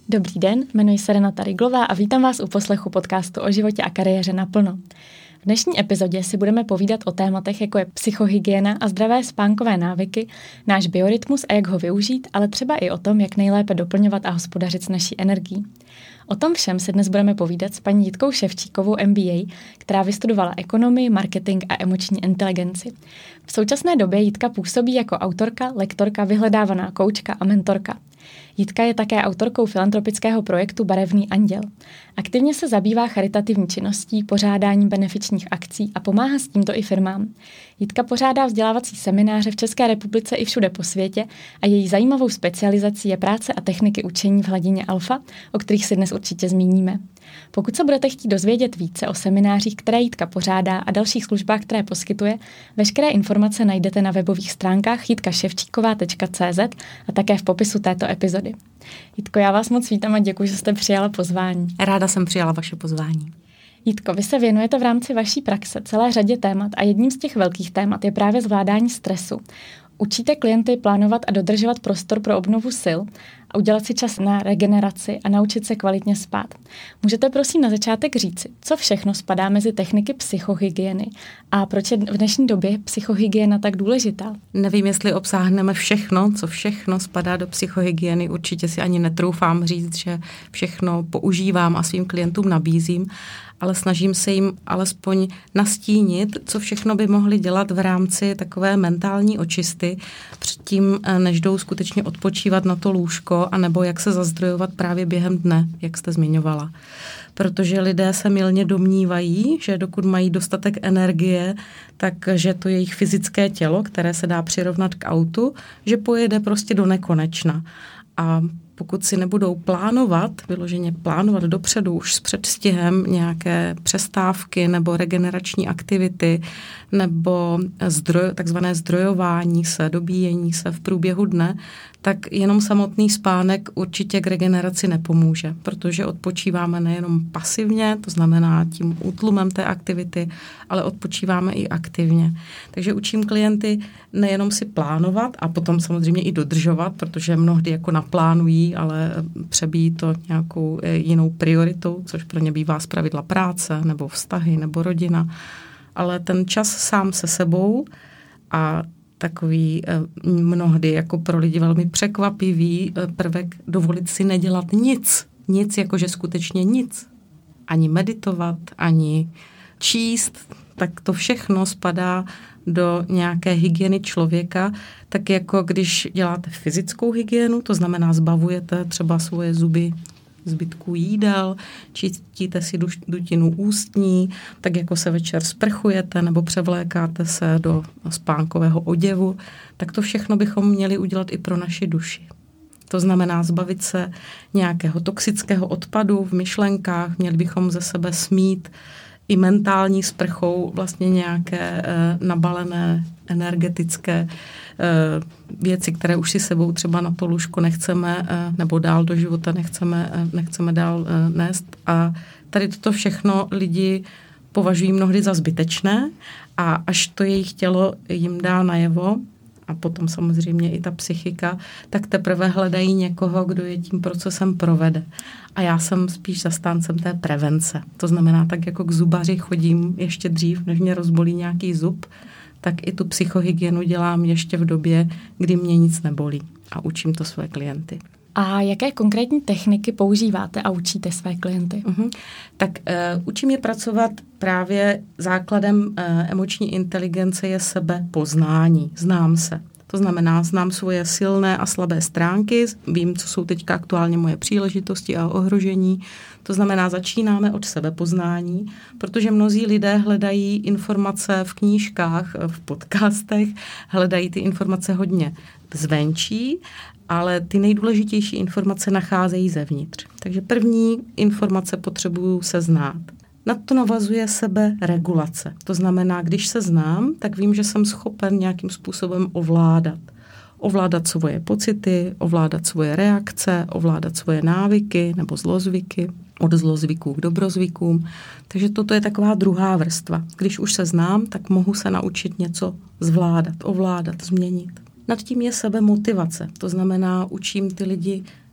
Dobrý den, jmenuji se Renata Riglová a vítám vás u poslechu podcastu o životě a kariéře naplno. V dnešní epizodě si budeme povídat o tématech, jako je psychohygiena a zdravé spánkové návyky, náš biorytmus a jak ho využít, ale třeba i o tom, jak nejlépe doplňovat a hospodařit s naší energií. O tom všem se dnes budeme povídat s paní Jitkou Ševčíkovou MBA, která vystudovala ekonomii, marketing a emoční inteligenci. V současné době Jitka působí jako autorka, lektorka, vyhledávaná koučka a mentorka. Jitka je také autorkou filantropického projektu Barevný anděl. Aktivně se zabývá charitativní činností, pořádáním benefičních akcí a pomáhá s tímto i firmám. Jitka pořádá vzdělávací semináře v České republice i všude po světě a její zajímavou specializací je práce a techniky učení v hladině alfa, o kterých si dnes určitě zmíníme. Pokud se budete chtít dozvědět více o seminářích, které Jitka pořádá a dalších službách, které poskytuje, veškeré informace najdete na webových stránkách jitkaševčíková.cz a také v popisu této epizody. Jitko, já vás moc vítám a děkuji, že jste přijala pozvání. Ráda jsem přijala vaše pozvání. Jitko, vy se věnujete v rámci vaší praxe celé řadě témat a jedním z těch velkých témat je právě zvládání stresu. Učíte klienty plánovat a dodržovat prostor pro obnovu sil a udělat si čas na regeneraci a naučit se kvalitně spát. Můžete prosím na začátek říci, co všechno spadá mezi techniky psychohygieny a proč je v dnešní době psychohygiena tak důležitá? Nevím, jestli obsáhneme všechno, co všechno spadá do psychohygieny. Určitě si ani netroufám říct, že všechno používám a svým klientům nabízím, ale snažím se jim alespoň nastínit, co všechno by mohli dělat v rámci takové mentální očisty předtím, než jdou skutečně odpočívat na to lůžko, anebo jak se zazdrojovat právě během dne, jak jste zmiňovala. Protože lidé se mylně domnívají, že dokud mají dostatek energie, takže to jejich fyzické tělo, které se dá přirovnat k autu, že pojede prostě do nekonečna. A pokud si nebudou vyloženě plánovat dopředu už s předstihem nějaké přestávky nebo regenerační aktivity nebo takzvané zdrojování se, dobíjení se v průběhu dne, tak jenom samotný spánek určitě k regeneraci nepomůže, protože odpočíváme nejenom pasivně, to znamená tím útlumem té aktivity, ale odpočíváme i aktivně. Takže učím klienty nejenom si plánovat a potom samozřejmě i dodržovat, protože mnohdy jako naplánují, ale přebíjí to nějakou jinou prioritou, což pro ně bývá zpravidla práce nebo vztahy nebo rodina, ale ten čas sám se sebou a takový mnohdy jako pro lidi velmi překvapivý prvek dovolit si nedělat nic, jakože skutečně nic. Ani meditovat, ani číst, tak to všechno spadá do nějaké hygieny člověka, tak jako když děláte fyzickou hygienu, to znamená zbavujete třeba svoje zuby zbytků jídel, čistíte si dutinu ústní, tak jako se večer sprchujete nebo převlékáte se do spánkového oděvu, tak to všechno bychom měli udělat i pro naši duši. To znamená zbavit se nějakého toxického odpadu v myšlenkách, měli bychom ze sebe smít i mentální sprchou vlastně nějaké nabalené energetické věci, které už si sebou třeba na to lůžko nechceme nebo dál do života nechceme dál nést. A tady toto všechno lidi považují mnohdy za zbytečné a až to jejich tělo jim dá najevo, a potom samozřejmě i ta psychika, tak teprve hledají někoho, kdo je tím procesem provede. A já jsem spíš zastáncem té prevence. To znamená, tak jako k zubaři chodím ještě dřív, než mě rozbolí nějaký zub, tak i tu psychohygienu dělám ještě v době, kdy mě nic nebolí. A učím to své klienty. A jaké konkrétní techniky používáte a učíte své klienty? Tak učím je pracovat právě základem emoční inteligence je sebepoznání. Znám se. To znamená, znám svoje silné a slabé stránky, vím, co jsou teďka aktuálně moje příležitosti a ohrožení. To znamená, začínáme od sebepoznání, protože mnozí lidé hledají informace v knížkách, v podcastech, hledají ty informace hodně zvenčí, ale ty nejdůležitější informace nacházejí zevnitř. Takže první informace potřebuju se znát. Na to navazuje seberegulace. To znamená, když se znám, tak vím, že jsem schopen nějakým způsobem ovládat. Ovládat svoje pocity, ovládat svoje reakce, ovládat svoje návyky nebo zlozvyky, od zlozvyků k dobrozvykům. Takže toto je taková druhá vrstva. Když už se znám, tak mohu se naučit něco zvládat, ovládat, změnit. Nad tím je sebemotivace. To znamená, učím ty lidi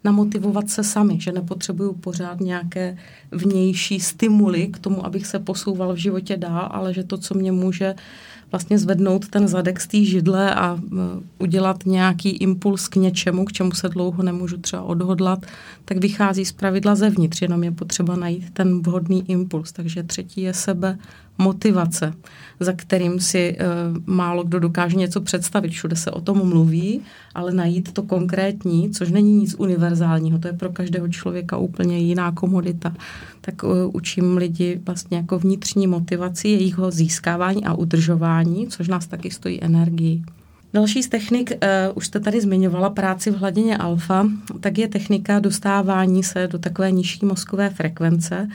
namotivovat se sami, že nepotřebuju pořád nějaké vnější stimuly k tomu, abych se posouval v životě dál, ale že to, co mě může vlastně zvednout ten zadek z té židle a udělat nějaký impuls k něčemu, k čemu se dlouho nemůžu třeba odhodlat, tak vychází zpravidla zevnitř, jenom je potřeba najít ten vhodný impuls. Takže třetí je motivace, za kterým si málo kdo dokáže něco představit. Všude se o tom mluví, ale najít to konkrétní, což není nic univerzálního, to je pro každého člověka úplně jiná komodita. Tak učím lidi vlastně jako vnitřní motivaci, jejího získávání a udržování, což nás taky stojí energii. Další z technik, už jste tady zmiňovala práci v hladině alfa, tak je technika dostávání se do takové nižší mozkové frekvence,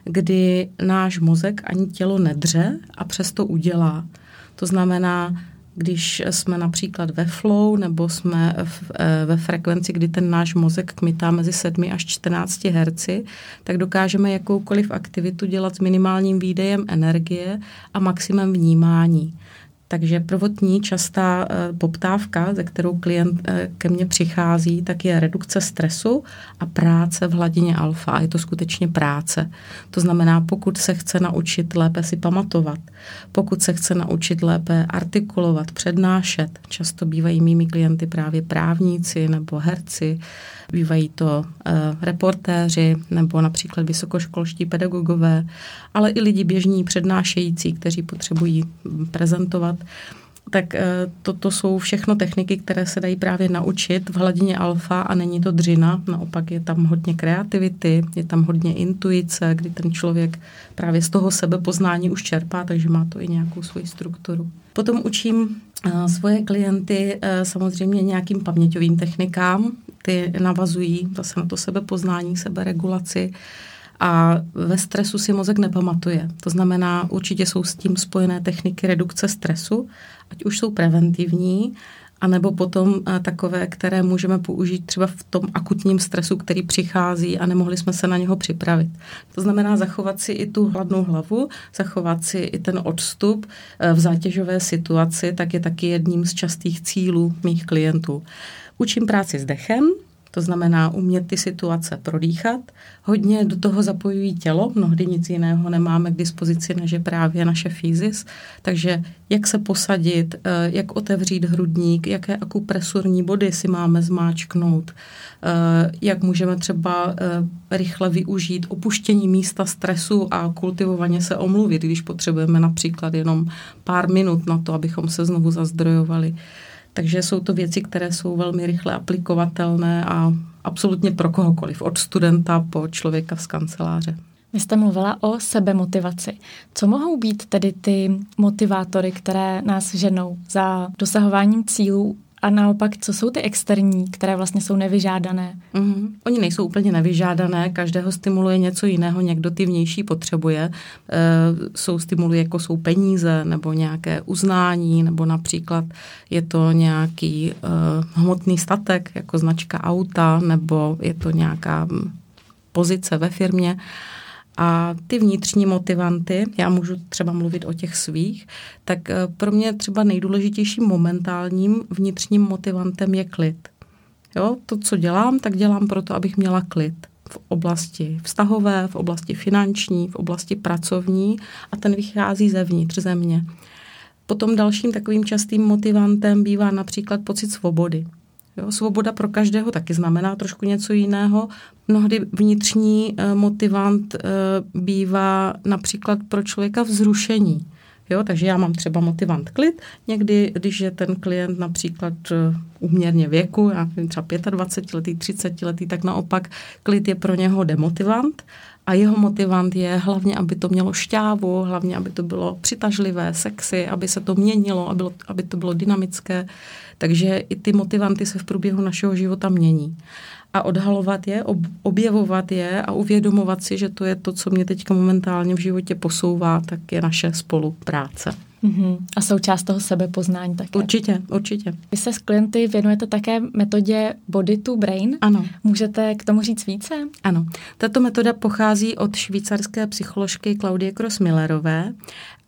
kdy náš mozek ani tělo nedře a přesto udělá. To znamená, když jsme například ve flow nebo jsme ve frekvenci, kdy ten náš mozek kmitá mezi 7 až 14 Hz, tak dokážeme jakoukoliv aktivitu dělat s minimálním výdejem energie a maximem vnímání. Takže prvotní častá poptávka, ze kterou klient ke mně přichází, tak je redukce stresu a práce v hladině alfa. A je to skutečně práce. To znamená, pokud se chce naučit lépe si pamatovat, pokud se chce naučit lépe artikulovat, přednášet, často bývají mými klienty právě právníci nebo herci, bývají to reportéři nebo například vysokoškolští pedagogové, ale i lidi běžní přednášející, kteří potřebují prezentovat. Tak toto jsou všechno techniky, které se dají právě naučit v hladině alfa a není to dřina, naopak je tam hodně kreativity, je tam hodně intuice, kdy ten člověk právě z toho sebepoznání už čerpá, takže má to i nějakou svoji strukturu. Potom učím svoje klienty samozřejmě nějakým paměťovým technikám, ty navazují zase na to sebepoznání, seberegulaci a ve stresu si mozek nepamatuje. To znamená, určitě jsou s tím spojené techniky redukce stresu, ať už jsou preventivní, anebo potom takové, které můžeme použít třeba v tom akutním stresu, který přichází a nemohli jsme se na něho připravit. To znamená zachovat si i tu hladnou hlavu, zachovat si i ten odstup v zátěžové situaci, tak je taky jedním z častých cílů mých klientů. Učím práci s dechem, to znamená umět ty situace prodýchat. Hodně do toho zapojují tělo, mnohdy nic jiného nemáme k dispozici, než je právě naše fyzis. Takže jak se posadit, jak otevřít hrudník, jaké akupresurní body si máme zmáčknout, jak můžeme třeba rychle využít opuštění místa stresu a kultivovaně se omluvit, když potřebujeme například jenom pár minut na to, abychom se znovu zazdrojovali. Takže jsou to věci, které jsou velmi rychle aplikovatelné a absolutně pro kohokoliv, od studenta po člověka z kanceláře. Vy jste mluvila o sebemotivaci. Co mohou být tedy ty motivátory, které nás ženou za dosahováním cílů a naopak, co jsou ty externí, které vlastně jsou nevyžádané? Oni nejsou úplně nevyžádané, každého stimuluje něco jiného, někdo ty vnější potřebuje. Jsou stimuly, jako jsou peníze nebo nějaké uznání, nebo například je to nějaký hmotný statek, jako značka auta, nebo je to nějaká pozice ve firmě. A ty vnitřní motivanty, já můžu třeba mluvit o těch svých, tak pro mě třeba nejdůležitějším momentálním vnitřním motivantem je klid. Jo, to, co dělám, tak dělám proto, abych měla klid v oblasti vztahové, v oblasti finanční, v oblasti pracovní a ten vychází zevnitř ze mě. Potom dalším takovým častým motivantem bývá například pocit svobody. Jo, svoboda pro každého taky znamená trošku něco jiného. Mnohdy vnitřní motivant bývá například pro člověka vzrušení. Jo, takže já mám třeba motivant klid. Někdy, když je ten klient například úměrně věku, já nevím, třeba 25letý, 30letý, tak naopak klid je pro něho demotivant. A jeho motivant je hlavně, aby to mělo šťávu, hlavně, aby to bylo přitažlivé, sexy, aby se to měnilo, aby to bylo dynamické. Takže i ty motivanty se v průběhu našeho života mění. A odhalovat je, objevovat je a uvědomovat si, že to je to, co mě teďka momentálně v životě posouvá, tak je naše spolupráce. A součást toho sebepoznání také. Určitě. Vy se s klienty věnujete také metodě Body to Brain? Ano. Můžete k tomu říct více? Ano. Tato metoda pochází od švýcarské psycholožky Claudie Cross Millerové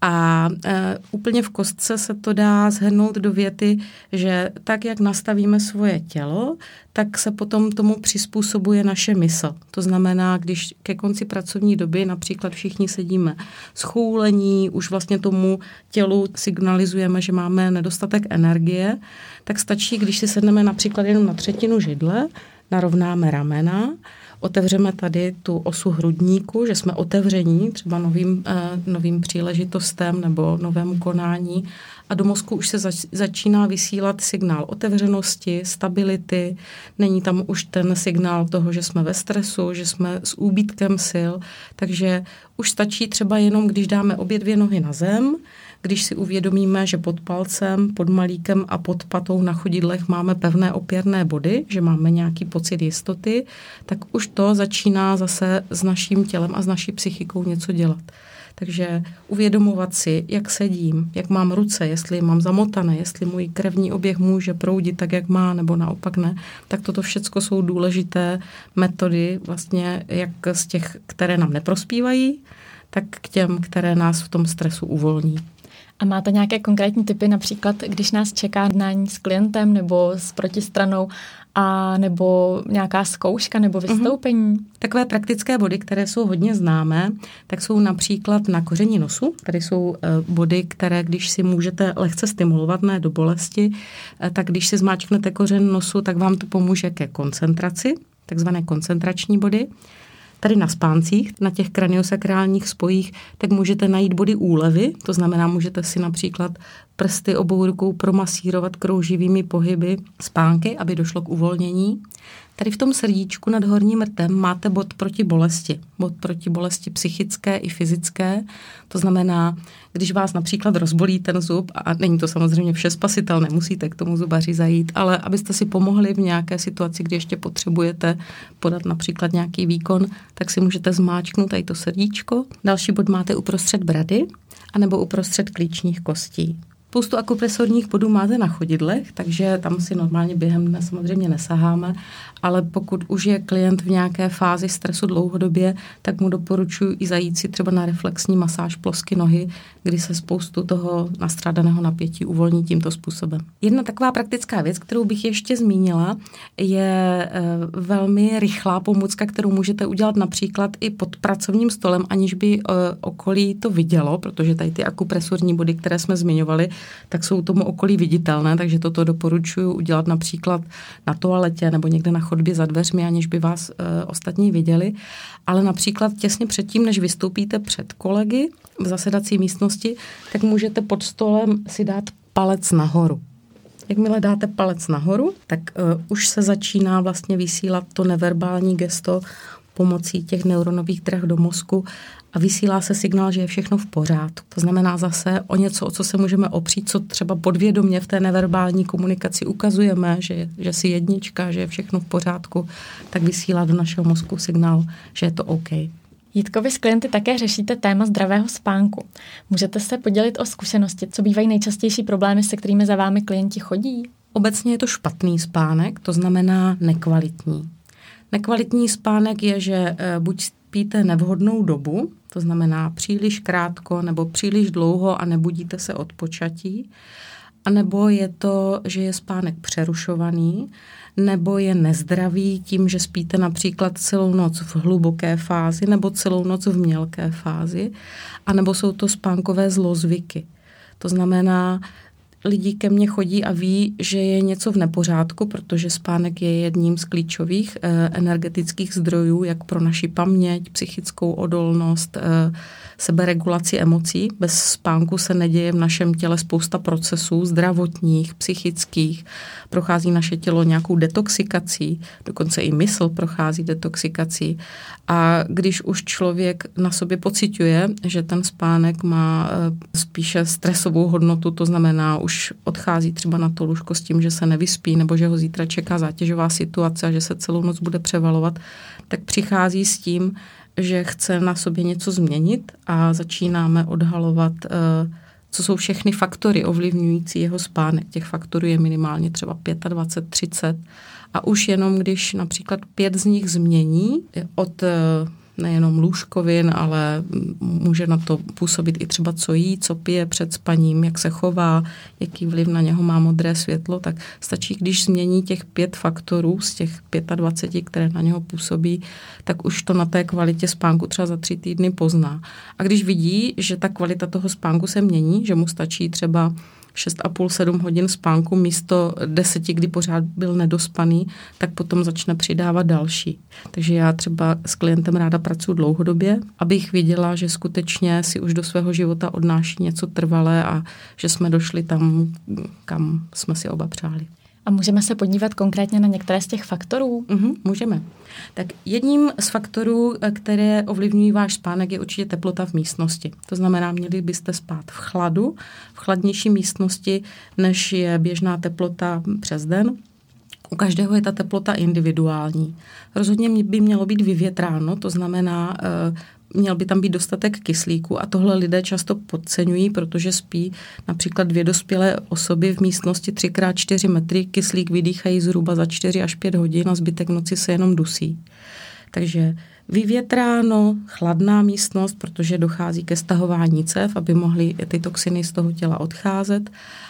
A úplně v kostce se to dá shrnout do věty, že tak, jak nastavíme svoje tělo, tak se potom tomu přizpůsobuje naše mysl. To znamená, když ke konci pracovní doby například všichni sedíme schoulení, už vlastně tomu tělu signalizujeme, že máme nedostatek energie, tak stačí, když si sedneme například jenom na třetinu židle, narovnáme ramena, otevřeme tady tu osu hrudníku, že jsme otevření třeba novým příležitostem nebo novému konání a do mozku už se začíná vysílat signál otevřenosti, stability, není tam už ten signál toho, že jsme ve stresu, že jsme s úbytkem sil, takže už stačí třeba jenom, když dáme obě dvě nohy na zem, když si uvědomíme, že pod palcem, pod malíkem a pod patou na chodidlech máme pevné opěrné body, že máme nějaký pocit jistoty, tak už to začíná zase s naším tělem a s naší psychikou něco dělat. Takže uvědomovat si, jak sedím, jak mám ruce, jestli mám zamotané, jestli můj krevní oběh může proudit tak, jak má, nebo naopak ne, tak toto všecko jsou důležité metody vlastně jak z těch, které nám neprospívají, tak k těm, které nás v tom stresu uvolní. A máte nějaké konkrétní tipy, například když nás čeká jednání s klientem nebo s protistranou a nebo nějaká zkouška nebo vystoupení? Takové praktické body, které jsou hodně známé, tak jsou například na koření nosu. Tady jsou body, které když si můžete lehce stimulovat, ne do bolesti, tak když si zmáčknete kořen nosu, tak vám to pomůže ke koncentraci, takzvané koncentrační body. Tady na spáncích, na těch kraniosakrálních spojích, tak můžete najít body úlevy, to znamená, můžete si například prsty obou rukou promasírovat krouživými pohyby spánky, aby došlo k uvolnění. Tady v tom srdíčku nad horním rtem máte bod proti bolesti. Bod proti bolesti psychické i fyzické. To znamená, když vás například rozbolí ten zub, a není to samozřejmě vše spasitelné, musíte k tomu zubaři zajít, ale abyste si pomohli v nějaké situaci, kdy ještě potřebujete podat například nějaký výkon, tak si můžete zmáčknout tady to srdíčko. Další bod máte uprostřed brady, anebo uprostřed klíčních kostí. Spoustu akupresorních bodů máte na chodidlech, takže tam si normálně během dne samozřejmě nesaháme, ale pokud už je klient v nějaké fázi stresu dlouhodobě, tak mu doporučuji i zajít si třeba na reflexní masáž plosky nohy, kdy se spoustu toho nastrádaného napětí uvolní tímto způsobem. Jedna taková praktická věc, kterou bych ještě zmínila, je velmi rychlá pomůcka, kterou můžete udělat například i pod pracovním stolem, aniž by okolí to vidělo, protože tady ty akupresorní body, které jsme zmiňovali, tak jsou tomu okolí viditelné, takže toto doporučuji udělat například na toaletě nebo někde na chodbě za dveřmi, aniž by vás ostatní viděli. Ale například těsně předtím, než vystoupíte před kolegy v zasedací místnosti, tak můžete pod stolem si dát palec nahoru. Jakmile dáte palec nahoru, tak už se začíná vlastně vysílat to neverbální gesto pomocí těch neuronových drah do mozku a vysílá se signál, že je všechno v pořádku. To znamená zase o něco, o co se můžeme opřít, co třeba podvědomě v té neverbální komunikaci ukazujeme, že si jednička, že je všechno v pořádku, tak vysílá do našeho mozku signál, že je to OK. Jitko, vy s klienty také řešíte téma zdravého spánku. Můžete se podělit o zkušenosti, co bývají nejčastější problémy, se kterými za vámi klienti chodí? Obecně je to špatný spánek, to znamená nekvalitní. Nekvalitní spánek je, že buď spíte nevhodnou dobu, to znamená příliš krátko nebo příliš dlouho a nebudíte se od počatí, anebo je to, že je spánek přerušovaný, nebo je nezdravý tím, že spíte například celou noc v hluboké fázi nebo celou noc v mělké fázi, anebo jsou to spánkové zlozvyky. To znamená, lidi ke mně chodí a ví, že je něco v nepořádku, protože spánek je jedním z klíčových energetických zdrojů, jak pro naši paměť, psychickou odolnost, seberegulaci emocí. Bez spánku se neděje v našem těle spousta procesů zdravotních, psychických. Prochází naše tělo nějakou detoxikací, dokonce i mysl prochází detoxikací. A když už člověk na sobě pociťuje, že ten spánek má spíše stresovou hodnotu, to znamená, už odchází třeba na to lůžko s tím, že se nevyspí, nebo že ho zítra čeká zátěžová situace a že se celou noc bude převalovat, tak přichází s tím, že chce na sobě něco změnit a začínáme odhalovat, co jsou všechny faktory ovlivňující jeho spánek. Těch faktorů je minimálně třeba 25, 30 a už jenom když například 5 z nich změní od nejenom lůžkovin, ale může na to působit i třeba co jí, co pije před spaním, jak se chová, jaký vliv na něho má modré světlo, tak stačí, když změní těch 5 faktorů z těch 25, které na něho působí, tak už to na té kvalitě spánku třeba za 3 týdny pozná. A když vidí, že ta kvalita toho spánku se mění, že mu stačí třeba 6,5-7 hodin spánku místo 10, kdy pořád byl nedospaný, tak potom začne přidávat další. Takže já třeba s klientem ráda pracuji dlouhodobě, abych viděla, že skutečně si už do svého života odnáší něco trvalé a že jsme došli tam, kam jsme si oba přáli. A můžeme se podívat konkrétně na některé z těch faktorů? Můžeme. Tak jedním z faktorů, které ovlivňují váš spánek, je určitě teplota v místnosti. To znamená, měli byste spát v chladu, v chladnější místnosti, než je běžná teplota přes den. U každého je ta teplota individuální. Rozhodně by mělo být vyvětráno, to znamená, měl by tam být dostatek kyslíku a tohle lidé často podceňují, protože spí například 2 dospělé osoby v místnosti 3x4 metry, kyslík vydýchají zhruba za 4 až 5 hodin a zbytek noci se jenom dusí. Takže vyvětráno, chladná místnost, protože dochází ke stahování cév, aby mohly ty toxiny z toho těla odcházet.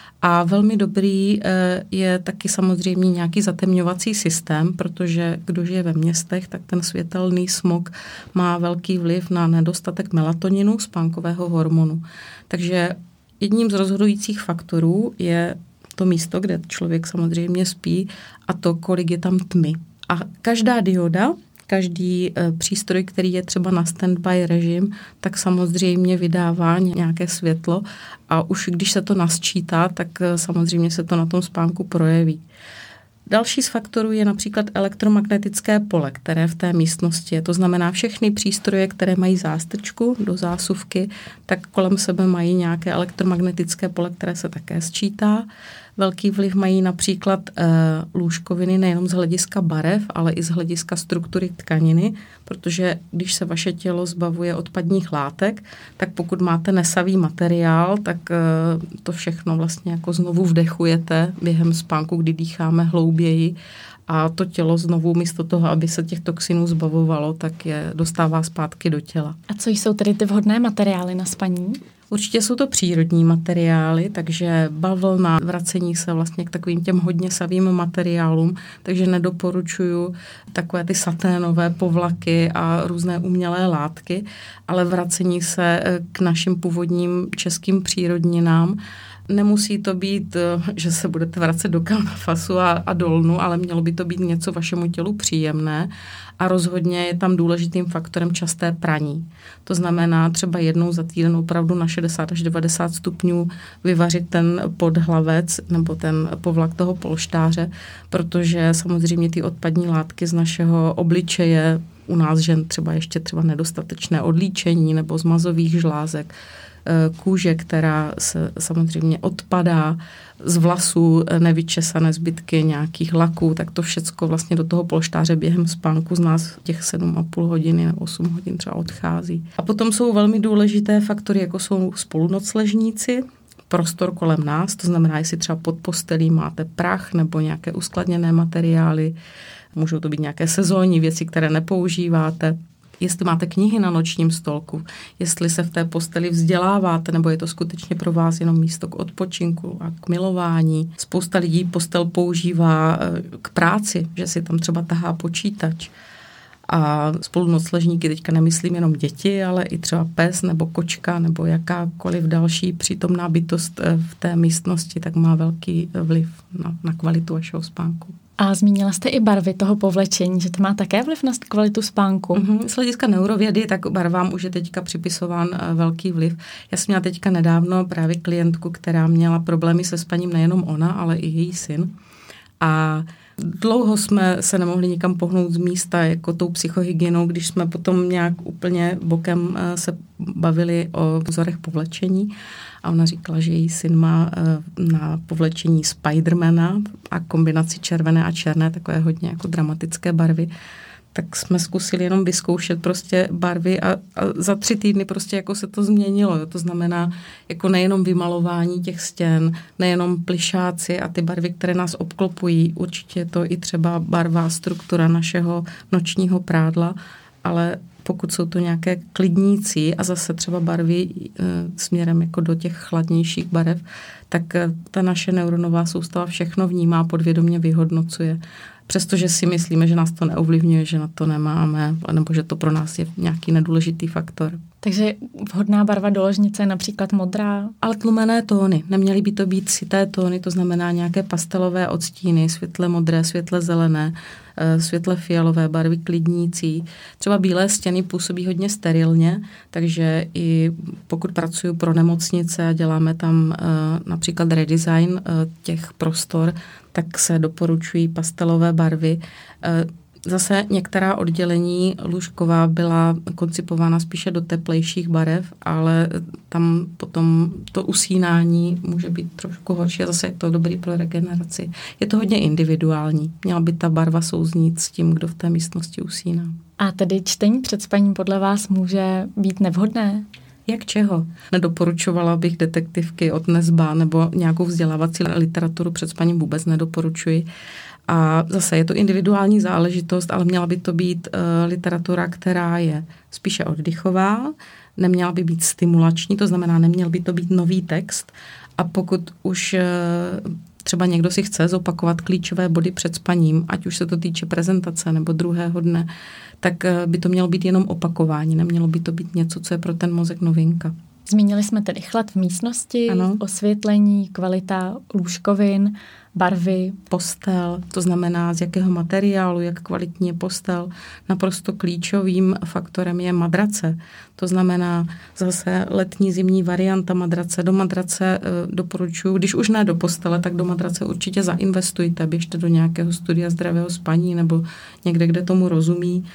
A velmi dobrý je taky samozřejmě nějaký zatemňovací systém, protože kdo žije ve městech, tak ten světelný smog má velký vliv na nedostatek melatoninu, spánkového hormonu. Takže jedním z rozhodujících faktorů je to místo, kde člověk samozřejmě spí a to, kolik je tam tmy. A každá dioda, každý přístroj, který je třeba na standby režim, tak samozřejmě vydává nějaké světlo a už když se to nasčítá, tak samozřejmě se to na tom spánku projeví. Další z faktorů je například elektromagnetické pole, které v té místnosti je. To znamená všechny přístroje, které mají zástrčku do zásuvky, tak kolem sebe mají nějaké elektromagnetické pole, které se také sčítá. Velký vliv mají například lůžkoviny nejenom z hlediska barev, ale i z hlediska struktury tkaniny, protože když se vaše tělo zbavuje odpadních látek, tak pokud máte nesavý materiál, tak to všechno vlastně jako znovu vdechujete během spánku, kdy dýcháme hlouběji a to tělo znovu místo toho, aby se těch toxinů zbavovalo, tak je dostává zpátky do těla. A co jsou tedy ty vhodné materiály na spaní? Určitě jsou to přírodní materiály, takže bavlna, vracení se vlastně k takovým těm hodně savým materiálům, takže nedoporučuju takové ty saténové povlaky a různé umělé látky, ale vracení se k našim původním českým přírodninám. Nemusí to být, že se budete vracet do Canvasu a dolnu, ale mělo by to být něco vašemu tělu příjemné a rozhodně je tam důležitým faktorem časté praní. To znamená třeba jednou za týden opravdu na 60 až 90 stupňů vyvařit ten podhlavec nebo ten povlak toho polštáře, protože samozřejmě ty odpadní látky z našeho obličeje, u nás žen třeba ještě třeba nedostatečné odlíčení nebo z mazových žlázek, kůže, která se samozřejmě odpadá, z vlasů nevyčesané zbytky nějakých laků, tak to všecko vlastně do toho polštáře během spánku z nás těch 7,5 hodiny nebo 8 hodin třeba odchází. A potom jsou velmi důležité faktory, jako jsou spolunocležníci, prostor kolem nás, to znamená, jestli třeba pod postelí máte prach nebo nějaké uskladněné materiály, můžou to být nějaké sezónní věci, které nepoužíváte. Jestli máte knihy na nočním stolku, jestli se v té posteli vzděláváte, nebo je to skutečně pro vás jenom místo k odpočinku a k milování. Spousta lidí postel používá k práci, že si tam třeba tahá počítač. A spolunocležníky teďka nemyslím jenom děti, ale i třeba pes nebo kočka nebo jakákoliv další přítomná bytost v té místnosti, tak má velký vliv na kvalitu vašeho spánku. A zmínila jste i barvy toho povlečení, že to má také vliv na kvalitu spánku. Z hlediska neurovědy, tak barvám už je teďka připisován velký vliv. Já jsem měla teďka nedávno právě klientku, která měla problémy se spaním, nejenom ona, ale i její syn. A dlouho jsme se nemohli nikam pohnout z místa jako tou psychohygienou, když jsme potom nějak úplně bokem se bavili o vzorech povlečení a ona říkala, že její syn má na povlečení Spidermana a kombinaci červené a černé, takové hodně jako dramatické barvy. Tak jsme zkusili jenom vyzkoušet prostě barvy a za 3 týdny prostě jako se to změnilo. Jo. To znamená jako nejenom vymalování těch stěn, nejenom plišáci a ty barvy, které nás obklopují. Určitě je to i třeba barva, struktura našeho nočního prádla, ale Pokud jsou to nějaké klidnící a zase třeba barvy směrem jako do těch chladnějších barev, tak ta naše neuronová soustava všechno vnímá, podvědomě vyhodnocuje. Přestože si myslíme, že nás to neovlivňuje, že na to nemáme, nebo že to pro nás je nějaký nedůležitý faktor. Takže vhodná barva do ložnice je například modrá? Ale tlumené tóny. Neměly by to být syté tóny, to znamená nějaké pastelové odstíny, světle modré, světle zelené, světle fialové barvy klidnící. Třeba bílé stěny působí hodně sterilně, takže i pokud pracuji pro nemocnice a děláme tam například redesign těch prostor, tak se doporučují pastelové barvy. Zase některá oddělení lůžková byla koncipována spíše do teplejších barev, ale tam potom to usínání může být trošku horší a zase je to dobrý pro regeneraci. Je to hodně individuální. Měla by ta barva souznít s tím, kdo v té místnosti usíná. A tedy čtení před spaním podle vás může být nevhodné? Jak čeho? Nedoporučovala bych detektivky od Nesba nebo nějakou vzdělávací literaturu před spaním vůbec nedoporučuji. A zase je to individuální záležitost, ale měla by to být literatura, která je spíše oddychová, neměla by být stimulační, to znamená, neměl by to být nový text. A pokud už třeba někdo si chce zopakovat klíčové body před spaním, ať už se to týče prezentace nebo druhého dne, tak by to mělo být jenom opakování, nemělo by to být něco, co je pro ten mozek novinka. Zmínili jsme tedy chlad v místnosti, ano. Osvětlení, kvalita lůžkovin, barvy. Postel, to znamená z jakého materiálu, jak kvalitní je postel. Naprosto klíčovým faktorem je madrace. To znamená zase letní, zimní varianta madrace. Do madrace doporučuji, když už ne do postele, tak do madrace určitě zainvestujte, běžte do nějakého studia zdravého spaní nebo někde, kde tomu rozumí.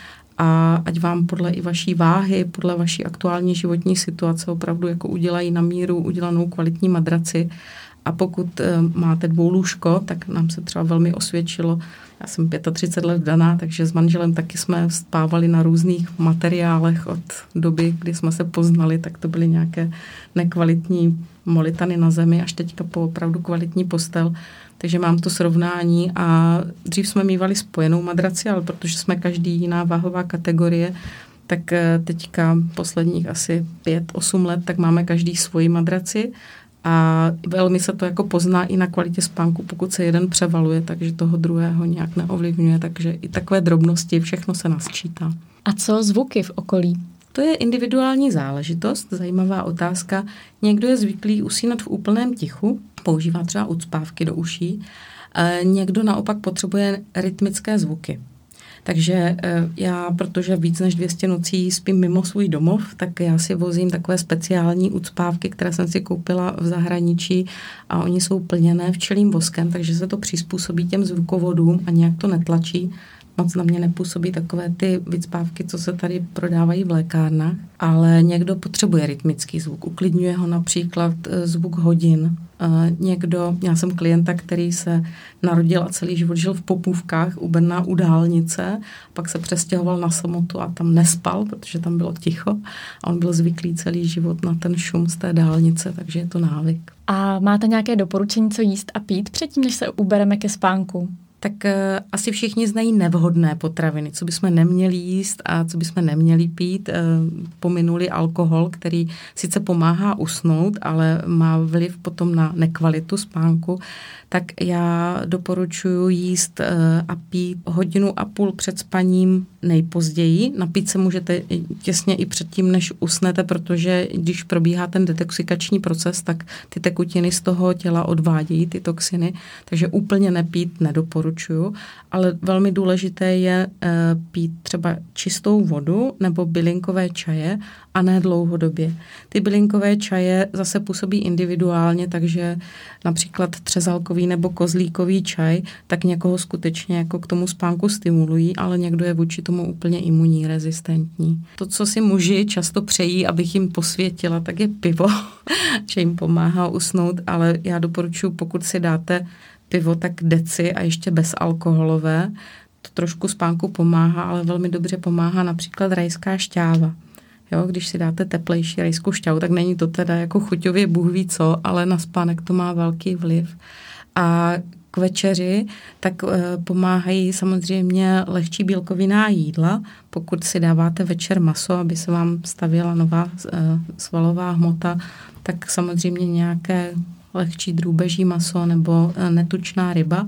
A ať vám podle i vaší váhy, podle vaší aktuální životní situace opravdu jako udělají na míru udělanou kvalitní madraci. A pokud máte dvoulůžko, tak nám se třeba velmi osvědčilo. Já jsem 35 let vdaná, takže s manželem taky jsme spávali na různých materiálech od doby, kdy jsme se poznali, tak to byly nějaké nekvalitní molitany na zemi, až teďka po opravdu kvalitní postel. Takže mám to srovnání a dřív jsme mívali spojenou madraci, ale protože jsme každý jiná váhová kategorie, tak teďka posledních asi 5-8 let, tak máme každý svoji madraci a velmi se to jako pozná i na kvalitě spánku, pokud se jeden převaluje, takže toho druhého nějak neovlivňuje, takže i takové drobnosti, všechno se nasčítá. A co zvuky v okolí? To je individuální záležitost, zajímavá otázka. Někdo je zvyklý usínat v úplném tichu, používá třeba ucpávky do uší, někdo naopak potřebuje rytmické zvuky. Takže já, protože víc než 200 nocí spím mimo svůj domov, tak já si vozím takové speciální ucpávky, které jsem si koupila v zahraničí a oni jsou plněné včelím voskem, takže se to přizpůsobí těm zvukovodům a nějak to netlačí. Moc na mě nepůsobí takové ty vycpávky, co se tady prodávají v lékárnách, ale někdo potřebuje rytmický zvuk. Uklidňuje ho například zvuk hodin. Já jsem klienta, který se narodil a celý život žil v Popůvkách u Brna u dálnice, pak se přestěhoval na samotu a tam nespal, protože tam bylo ticho a on byl zvyklý celý život na ten šum z té dálnice, takže je to návyk. A máte nějaké doporučení, co jíst a pít předtím, než se ubereme ke spánku? Tak asi všichni znají nevhodné potraviny, co bychom neměli jíst a co bychom neměli pít. Pominuli alkohol, který sice pomáhá usnout, ale má vliv potom na nekvalitu spánku. Tak já doporučuji jíst a pít 1,5 hodiny před spaním nejpozději. Napít se můžete těsně i předtím, než usnete, protože když probíhá ten detoxikační proces, tak ty tekutiny z toho těla odvádějí ty toxiny, takže úplně nepít nedoporučuju, ale velmi důležité je pít třeba čistou vodu nebo bylinkové čaje a ne dlouhodobě. Ty bylinkové čaje zase působí individuálně, takže například třezalkový nebo kozlíkový čaj, tak někoho skutečně jako k tomu spánku stimulují, ale někdo je vůči tomu úplně imunní, rezistentní. To, co si muži často přejí, abych jim posvětila, tak je pivo, že jim pomáhá usnout, ale já doporučuji, pokud si dáte pivo, tak deci a ještě bezalkoholové. To trošku spánku pomáhá, ale velmi dobře pomáhá například rajská šťáva. Jo, když si dáte teplejší rajskou šťávu, tak není to teda jako chuťově Bůh ví co, ale na spánek to má velký vliv. A k večeři, tak pomáhají samozřejmě lehčí bílkovinná jídla. Pokud si dáváte večer maso, aby se vám stavěla nová svalová hmota, tak samozřejmě nějaké lehčí drůbeží maso nebo netučná ryba.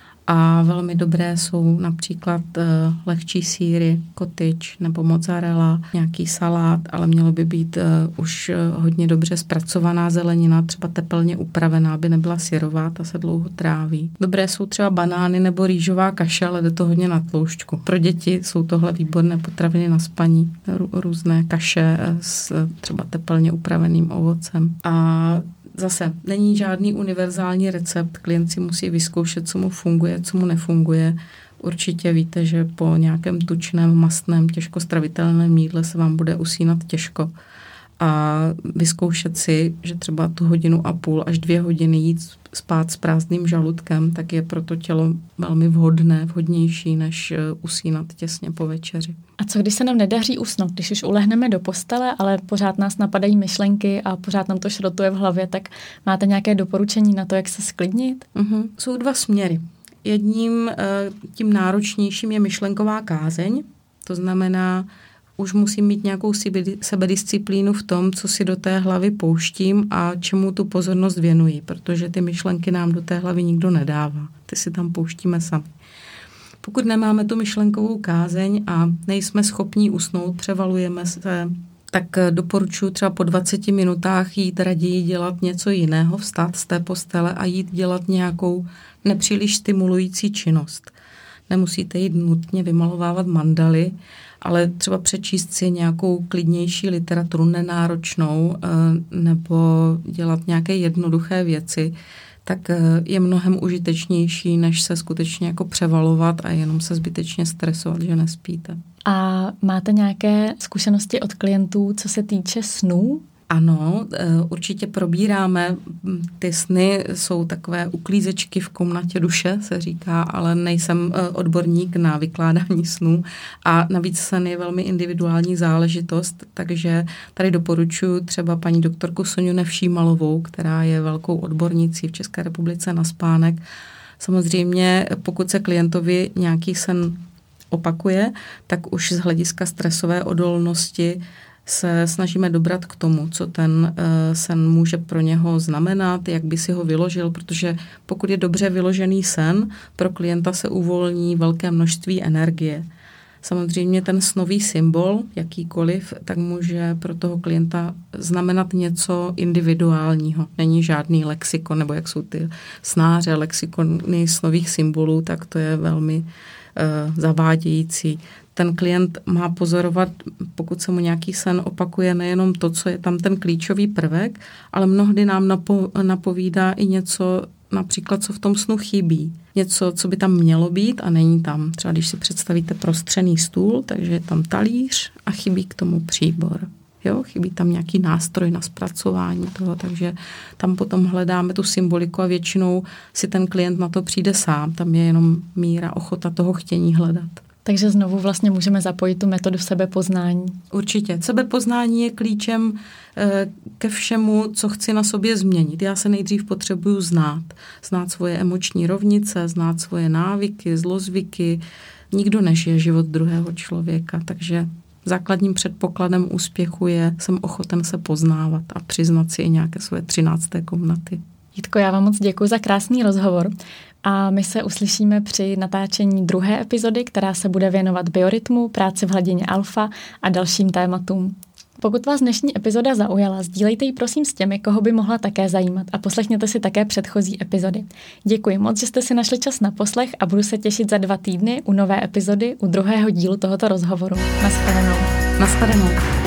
A velmi dobré jsou například lehčí sýry, cottage nebo mozzarella, nějaký salát, ale mělo by být už hodně dobře zpracovaná zelenina, třeba tepelně upravená, aby nebyla syrová, ta se dlouho tráví. Dobré jsou třeba banány nebo rýžová kaše, ale jde to hodně na tloušťku. Pro děti jsou tohle výborné potraviny na spaní, různé kaše s třeba tepelně upraveným ovocem. A zase není žádný univerzální recept, klient si musí vyzkoušet, co mu funguje, co mu nefunguje. Určitě víte, že po nějakém tučném, mastném, těžko stravitelném jídle se vám bude usínat těžko. A vyzkoušet si, že třeba tu 1,5 hodiny až 2 hodiny jít spát s prázdným žaludkem, tak je pro to tělo velmi vhodnější, než usínat těsně po večeři. A co když se nám nedaří usnout, když už ulehneme do postele, ale pořád nás napadají myšlenky a pořád nám to šrotuje v hlavě, tak máte nějaké doporučení na to, jak se sklidnit? Jsou 2 směry. Jedním tím náročnějším je myšlenková kázeň, to znamená, už musím mít nějakou sebedisciplínu v tom, co si do té hlavy pouštím a čemu tu pozornost věnuji, protože ty myšlenky nám do té hlavy nikdo nedává. Ty si tam pouštíme sami. Pokud nemáme tu myšlenkovou kázeň a nejsme schopní usnout, převalujeme se, tak doporučuji třeba po 20 minutách jít raději dělat něco jiného, vstát z té postele a jít dělat nějakou nepříliš stimulující činnost. Nemusíte jít nutně vymalovávat mandaly, ale třeba přečíst si nějakou klidnější literaturu, nenáročnou, nebo dělat nějaké jednoduché věci, tak je mnohem užitečnější, než se skutečně jako převalovat a jenom se zbytečně stresovat, že nespíte. A máte nějaké zkušenosti od klientů, co se týče snů? Ano, určitě probíráme. Ty sny jsou takové uklízečky v komnatě duše, se říká, ale nejsem odborník na vykládání snů a navíc sen je velmi individuální záležitost, takže tady doporučuji třeba paní doktorku Soňu Nevšímalovou, která je velkou odbornicí v České republice na spánek. Samozřejmě, pokud se klientovi nějaký sen opakuje, tak už z hlediska stresové odolnosti se snažíme dobrat k tomu, co ten sen může pro něho znamenat, jak by si ho vyložil, protože pokud je dobře vyložený sen, pro klienta se uvolní velké množství energie. Samozřejmě ten snový symbol, jakýkoliv, tak může pro toho klienta znamenat něco individuálního. Není žádný lexikon, nebo jak jsou ty snáře, lexikony snových symbolů, tak to je velmi zavádějící. Ten klient má pozorovat, pokud se mu nějaký sen opakuje, nejenom to, co je tam ten klíčový prvek, ale mnohdy nám napovídá i něco, například, co v tom snu chybí. Něco, co by tam mělo být a není tam. Třeba když si představíte prostřený stůl, takže je tam talíř a chybí k tomu příbor. Jo, chybí tam nějaký nástroj na zpracování toho, takže tam potom hledáme tu symboliku a většinou si ten klient na to přijde sám. Tam je jenom míra, ochota toho chtění hledat. Takže znovu vlastně můžeme zapojit tu metodu sebepoznání. Určitě. Sebepoznání je klíčem ke všemu, co chci na sobě změnit. Já se nejdřív potřebuju znát. Znát svoje emoční rovnice, znát svoje návyky, zlozvyky. Nikdo nežije život druhého člověka, takže základním předpokladem úspěchu je, jsem ochoten se poznávat a přiznat si i nějaké svoje 13. komnaty. Jitko, já vám moc děkuji za krásný rozhovor a my se uslyšíme při natáčení 2. epizody, která se bude věnovat biorytmu, práci v hladině alfa a dalším tématům. Pokud vás dnešní epizoda zaujala, sdílejte ji prosím s těmi, koho by mohla také zajímat a poslechněte si také předchozí epizody. Děkuji moc, že jste si našli čas na poslech a budu se těšit za 2 týdny u nové epizody, u 2. dílu tohoto rozhovoru. Naschledanou. Naschledanou.